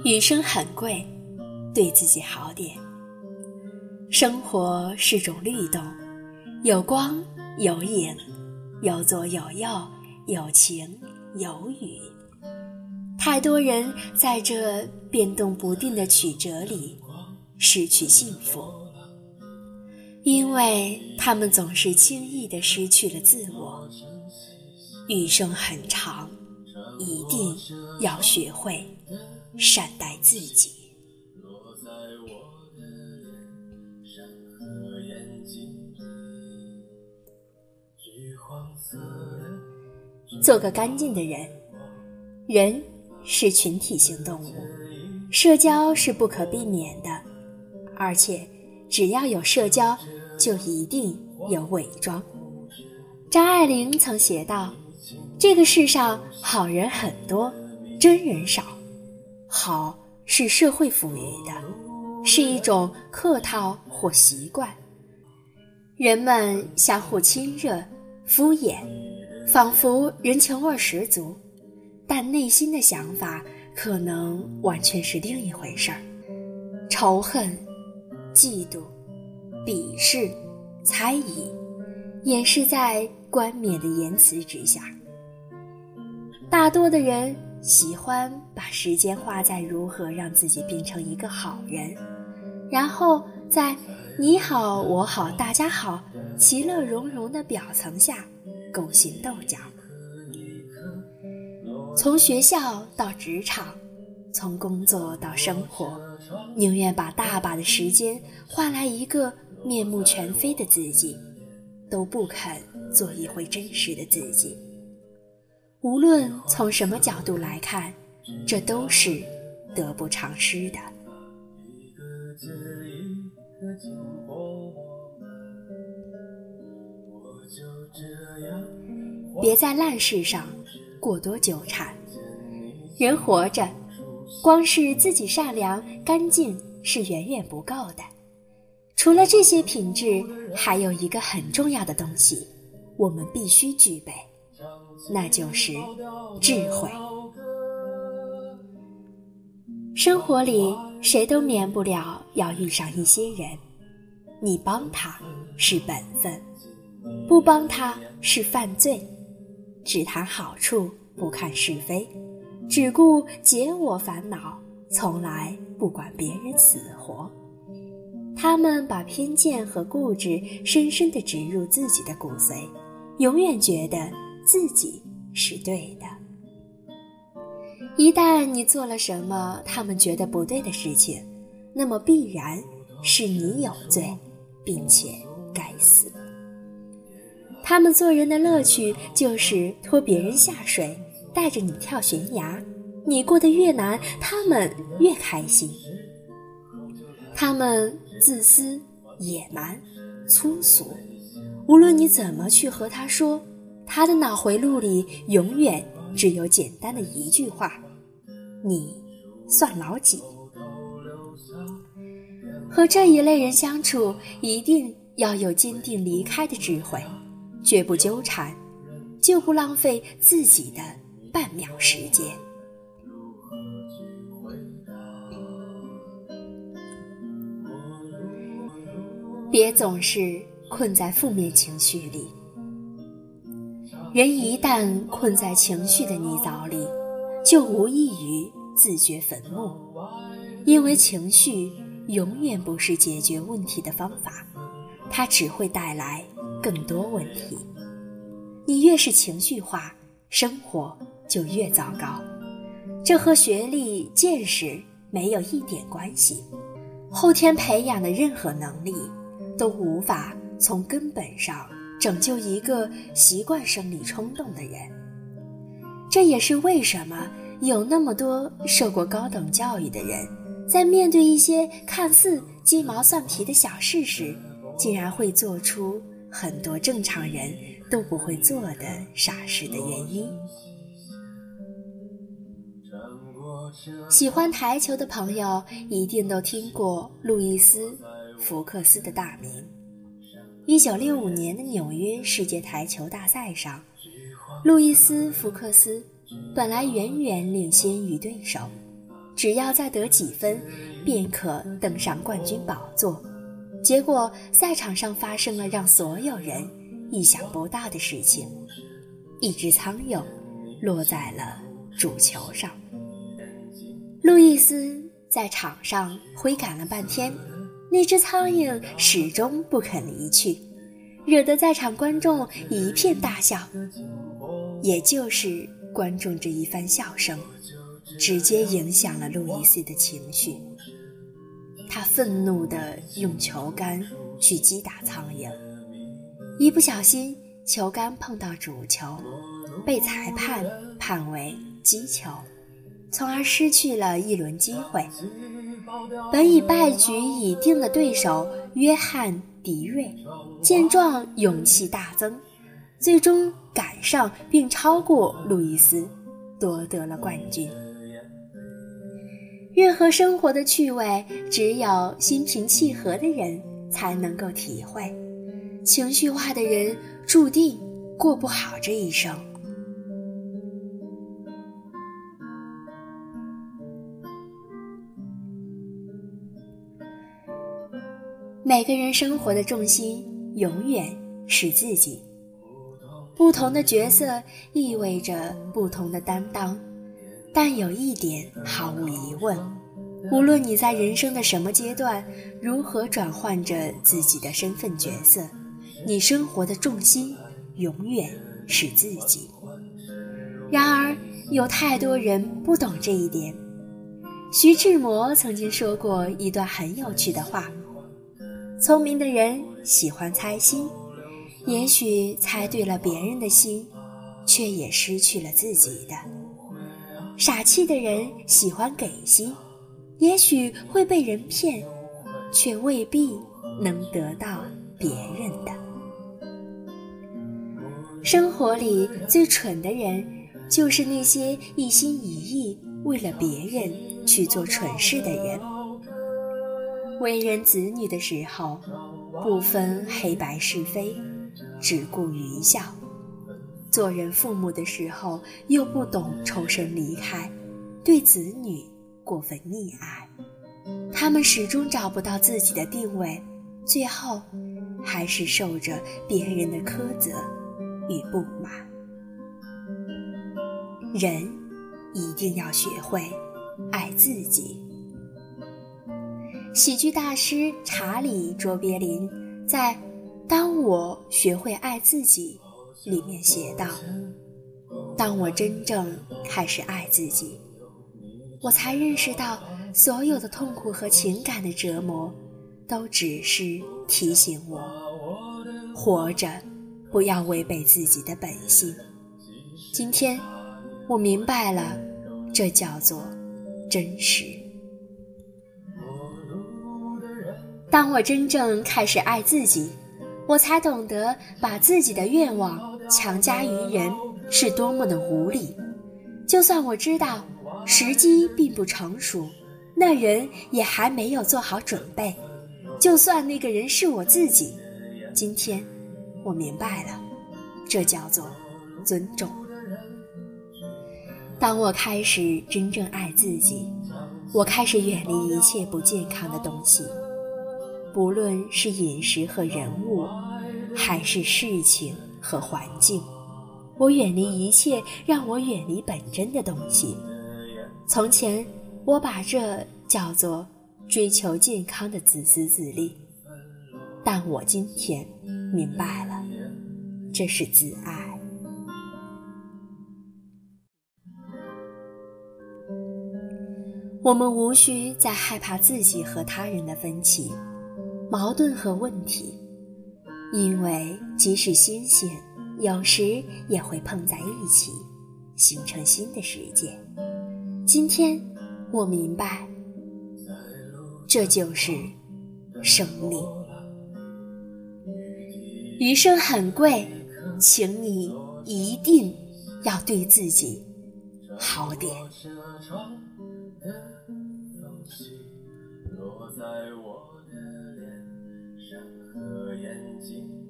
余生很贵，对自己好点。生活是种律动，有光有影，有左有右，有晴有雨。太多人在这变动不定的曲折里失去幸福，因为他们总是轻易地失去了自我。余生很长，一定要学会善待自己。做个干净的人。人是群体性动物，社交是不可避免的，而且只要有社交，就一定有伪装。张爱玲曾写道，这个世上好人很多，真人少。好是社会赋予的，是一种客套或习惯。人们相互亲热敷衍，仿佛人情味十足，但内心的想法可能完全是另一回事儿。仇恨、嫉妒、鄙视、猜疑，掩饰在冠冕的言辞之下。大多的人喜欢把时间花在如何让自己变成一个好人，然后在你好我好大家好其乐融融的表层下勾心斗角。从学校到职场，从工作到生活，宁愿把大把的时间换来一个面目全非的自己，都不肯做一回真实的自己。无论从什么角度来看，这都是得不偿失的。别在烂事上过多纠缠。人活着，光是自己善良干净是远远不够的。除了这些品质，还有一个很重要的东西我们必须具备，那就是智慧。生活里谁都免不了要遇上一些人，你帮他是本分，不帮他是犯罪。只谈好处，不看是非，只顾解我烦恼，从来不管别人死活。他们把偏见和固执深深地植入自己的骨髓，永远觉得自己是对的。一旦你做了什么他们觉得不对的事情，那么必然是你有罪，并且该死。他们做人的乐趣就是拖别人下水，带着你跳悬崖，你过得越难，他们越开心。他们自私、野蛮、粗俗，无论你怎么去和他说，他的脑回路里永远只有简单的一句话：你算老几？和这一类人相处，一定要有坚定离开的智慧，绝不纠缠，就不浪费自己的半秒时间。别总是困在负面情绪里。人一旦困在情绪的泥沼里，就无异于自掘坟墓，因为情绪永远不是解决问题的方法，它只会带来更多问题。你越是情绪化，生活就越糟糕。这和学历、见识没有一点关系。后天培养的任何能力都无法从根本上拯救一个习惯生理冲动的人。这也是为什么有那么多受过高等教育的人，在面对一些看似鸡毛蒜皮的小事时，竟然会做出很多正常人都不会做的傻事的原因。喜欢台球的朋友一定都听过路易斯·福克斯的大名。1965年的纽约世界台球大赛上，路易斯·福克斯本来远远领先于对手， 只要再得几分，便可登上冠军宝座。结果赛场上发生了让所有人意想不到的事情，一只苍蝇落在了主球上。路易斯在场上挥赶了半天，那只苍蝇始终不肯离去，惹得在场观众一片大笑。也就是观众这一番笑声，直接影响了路易斯的情绪。他愤怒地用球杆去击打苍蝇，一不小心球杆碰到主球，被裁判判为击球，从而失去了一轮机会。本已败局已定的对手约翰·迪瑞见状勇气大增，最终赶上并超过路易斯，夺得了冠军。任何生活的趣味，只有心平气和的人才能够体会，情绪化的人注定过不好这一生。每个人生活的重心永远是自己，不同的角色意味着不同的担当，但有一点毫无疑问，无论你在人生的什么阶段，如何转换着自己的身份角色，你生活的重心永远是自己。然而有太多人不懂这一点。徐志摩曾经说过一段很有趣的话，聪明的人喜欢猜心，也许猜对了别人的心，却也失去了自己的。傻气的人喜欢给心，也许会被人骗，却未必能得到别人的。生活里最蠢的人，就是那些一心一意为了别人去做蠢事的人。为人子女的时候，不分黑白是非，只顾愚孝；做人父母的时候，又不懂抽身离开，对子女过分溺爱。他们始终找不到自己的定位，最后还是受着别人的苛责与不满。人一定要学会爱自己。喜剧大师查理·卓别林在《当我学会爱自己》里面写道，当我真正开始爱自己，我才认识到所有的痛苦和情感的折磨都只是提醒我活着不要违背自己的本性。今天我明白了，这叫做真实。当我真正开始爱自己，我才懂得把自己的愿望强加于人是多么的无理。就算我知道时机并不成熟，那人也还没有做好准备，就算那个人是我自己，今天我明白了，这叫做尊重。当我开始真正爱自己，我开始远离一切不健康的东西，不论是饮食和人物，还是事情和环境，我远离一切让我远离本真的东西。从前我把这叫做追求健康的自私自利，但我今天明白了，这是自爱。我们无需再害怕自己和他人的分歧、矛盾和问题，因为即使新鲜，有时也会碰在一起，形成新的世界。今天我明白，这就是生命。余生很贵，请你一定要对自己好点。落在我的脸上和眼睛